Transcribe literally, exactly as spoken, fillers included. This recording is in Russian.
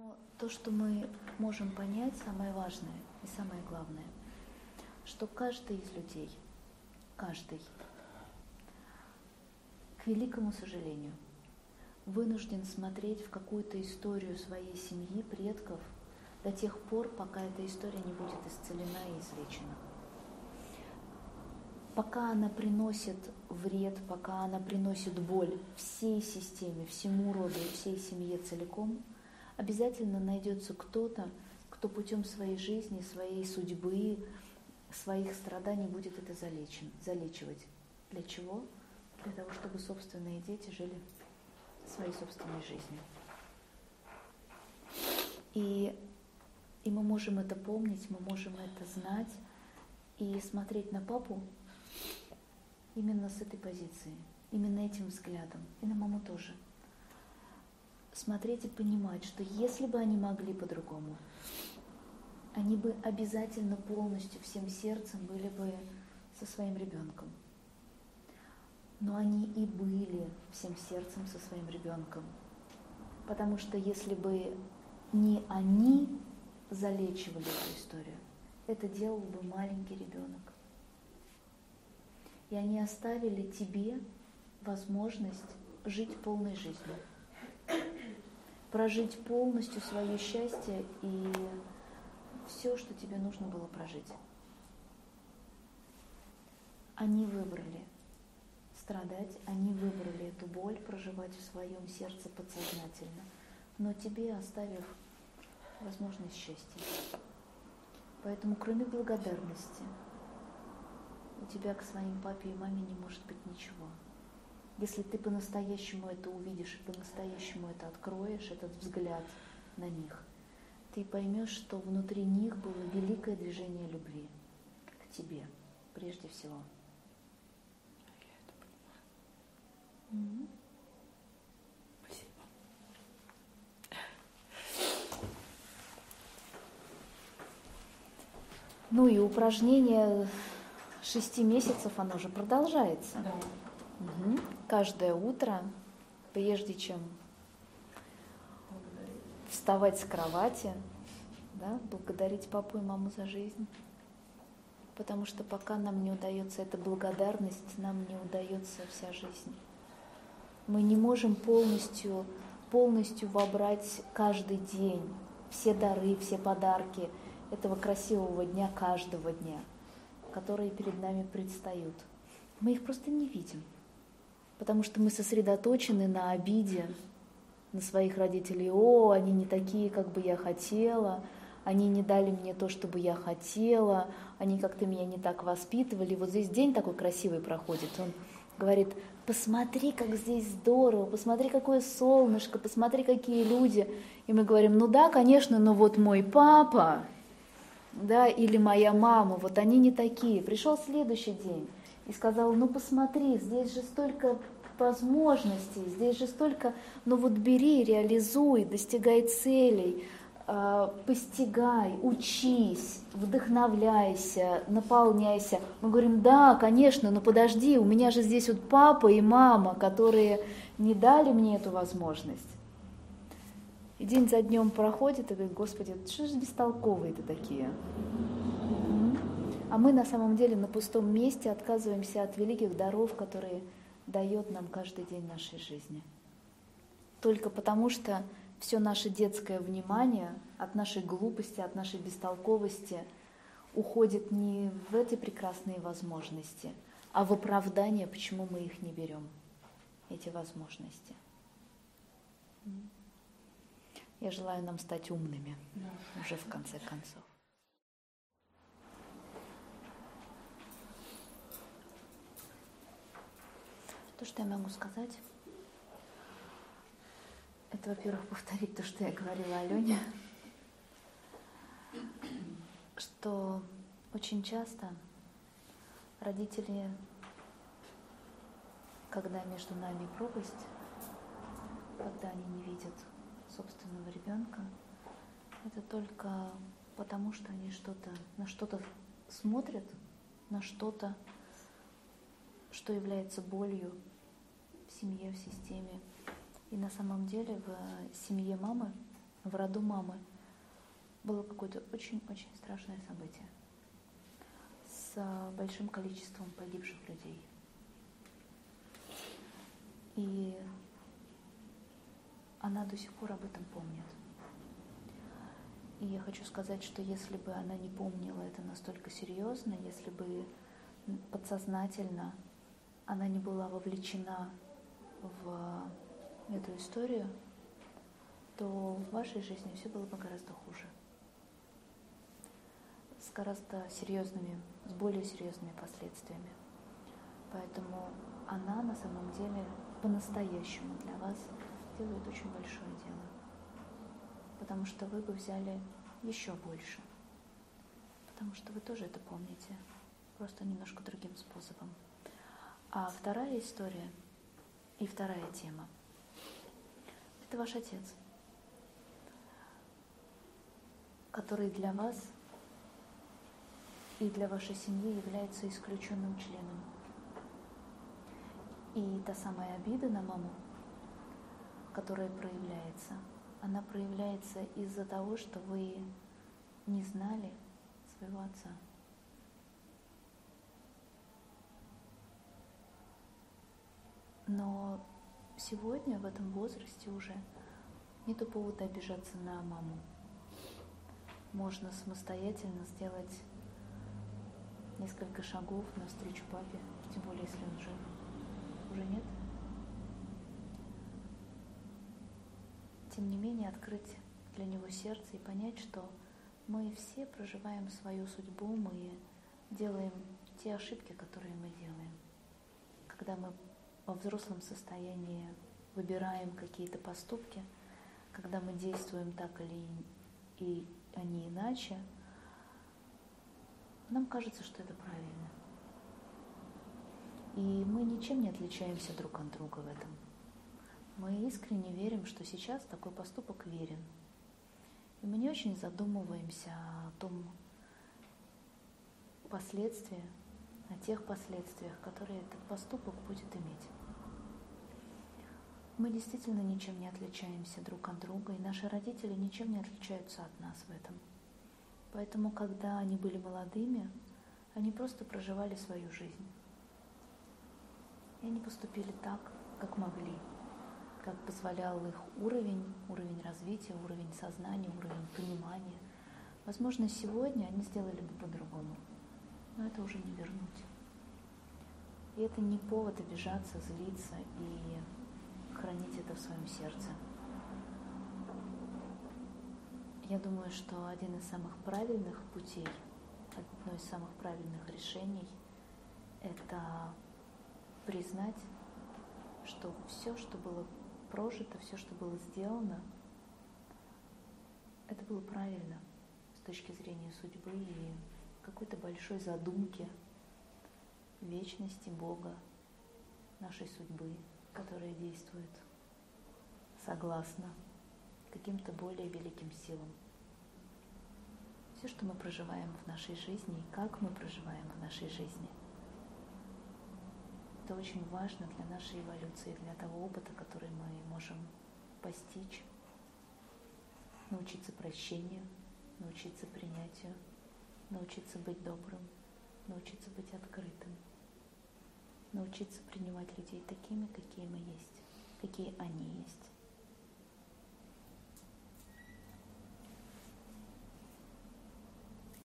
Но то, что мы можем понять, самое важное и самое главное, что каждый из людей, каждый, к великому сожалению, вынужден смотреть в какую-то историю своей семьи, предков, до тех пор, пока эта история не будет исцелена и излечена. Пока она приносит вред, пока она приносит боль всей системе, всему роду и всей семье целиком, обязательно найдется кто-то, кто путем своей жизни, своей судьбы, своих страданий будет это залечен, залечивать. Для чего? Для того, чтобы собственные дети жили своей собственной жизнью. И, и мы можем это помнить, мы можем это знать и смотреть на папу именно с этой позиции, именно этим взглядом, и на маму тоже. Смотреть и понимать, что если бы они могли по-другому, они бы обязательно полностью, всем сердцем были бы со своим ребенком. Но они и были всем сердцем со своим ребенком. Потому что если бы не они залечивали эту историю, это делал бы маленький ребенок. И они оставили тебе возможность жить полной жизнью. Прожить полностью свое счастье и все, что тебе нужно было прожить. Они выбрали страдать, они выбрали эту боль проживать в своем сердце подсознательно, но тебе оставив возможность счастья. Поэтому кроме благодарности у тебя к своим папе и маме не может быть ничего. Если ты по-настоящему это увидишь и по-настоящему это откроешь, этот взгляд на них, ты поймешь, что внутри них было великое движение любви к тебе, прежде всего. Я это понимаю. Mm-hmm. Спасибо. Ну и упражнение шести месяцев, оно же продолжается. Да. Угу. Каждое утро, прежде чем вставать с кровати, да, благодарить папу и маму за жизнь. Потому что пока нам не удается эта благодарность, нам не удается вся жизнь. Мы не можем полностью, полностью вобрать каждый день все дары, все подарки этого красивого дня, каждого дня, которые перед нами предстают. Мы их просто не видим. Потому что мы сосредоточены на обиде, на своих родителей. О, они не такие, как бы я хотела, они не дали мне то, что бы я хотела, они как-то меня не так воспитывали. Вот здесь день такой красивый проходит. Он говорит, посмотри, как здесь здорово, посмотри, какое солнышко, посмотри, какие люди. И мы говорим, ну да, конечно, но вот мой папа, да, или моя мама, вот они не такие. Пришел следующий день. И сказала, ну посмотри, здесь же столько возможностей, здесь же столько, ну вот бери, реализуй, достигай целей, э, постигай, учись, вдохновляйся, наполняйся. Мы говорим, да, конечно, но подожди, у меня же здесь вот папа и мама, которые не дали мне эту возможность. И день за днем проходит и говорит, Господи, что же бестолковые-то такие? А мы на самом деле на пустом месте отказываемся от великих даров, которые дает нам каждый день нашей жизни. Только потому, что все наше детское внимание от нашей глупости, от нашей бестолковости уходит не в эти прекрасные возможности, а в оправдание, почему мы их не берем, эти возможности. Я желаю нам стать умными, да, уже в конце концов. То, что я могу сказать, это, во-первых, повторить то, что я говорила Алене, что очень часто родители, когда между нами пропасть, когда они не видят собственного ребенка, это только потому, что они что-то, на что-то смотрят, на что-то, что является болью в семье, в системе. И на самом деле в семье мамы, в роду мамы было какое-то очень-очень страшное событие с большим количеством погибших людей. И она до сих пор об этом помнит. И я хочу сказать, что если бы она не помнила это настолько серьезно, если бы подсознательно она не была вовлечена в эту историю, то в вашей жизни все было бы гораздо хуже. С гораздо серьезными, с более серьезными последствиями. Поэтому она на самом деле по-настоящему для вас делает очень большое дело. Потому что вы бы взяли еще больше. Потому что вы тоже это помните, просто немножко другим способом. А вторая история и вторая тема – это ваш отец, который для вас и для вашей семьи является исключенным членом. И та самая обида на маму, которая проявляется, она проявляется из-за того, что вы не знали своего отца. Но сегодня, в этом возрасте уже, нету повода обижаться на маму. Можно самостоятельно сделать несколько шагов навстречу папе, тем более, если он жив. Уже нет? Тем не менее, открыть для него сердце и понять, что мы все проживаем свою судьбу, мы делаем те ошибки, которые мы делаем. Когда мы во взрослом состоянии выбираем какие-то поступки, когда мы действуем так или и, а не иначе, нам кажется, что это правильно. И мы ничем не отличаемся друг от друга в этом. Мы искренне верим, что сейчас такой поступок верен. И мы не очень задумываемся о том последствии, о тех последствиях, которые этот поступок будет иметь. Мы действительно ничем не отличаемся друг от друга, и наши родители ничем не отличаются от нас в этом. Поэтому, когда они были молодыми, они просто проживали свою жизнь. И они поступили так, как могли, как позволял их уровень, уровень развития, уровень сознания, уровень понимания. Возможно, сегодня они сделали бы по-другому, но это уже не вернуть. И это не повод обижаться, злиться и хранить это в своем сердце. Я думаю, что один из самых правильных путей, одно из самых правильных решений – это признать, что все, что было прожито, все, что было сделано, это было правильно с точки зрения судьбы и какой-то большой задумки вечности Бога, нашей судьбы, которая действует согласно каким-то более великим силам. Все, что мы проживаем в нашей жизни и как мы проживаем в нашей жизни, это очень важно для нашей эволюции, для того опыта, который мы можем постичь, научиться прощению, научиться принятию, научиться быть добрым, научиться быть открытым, научиться принимать людей такими, какие мы есть, какие они есть.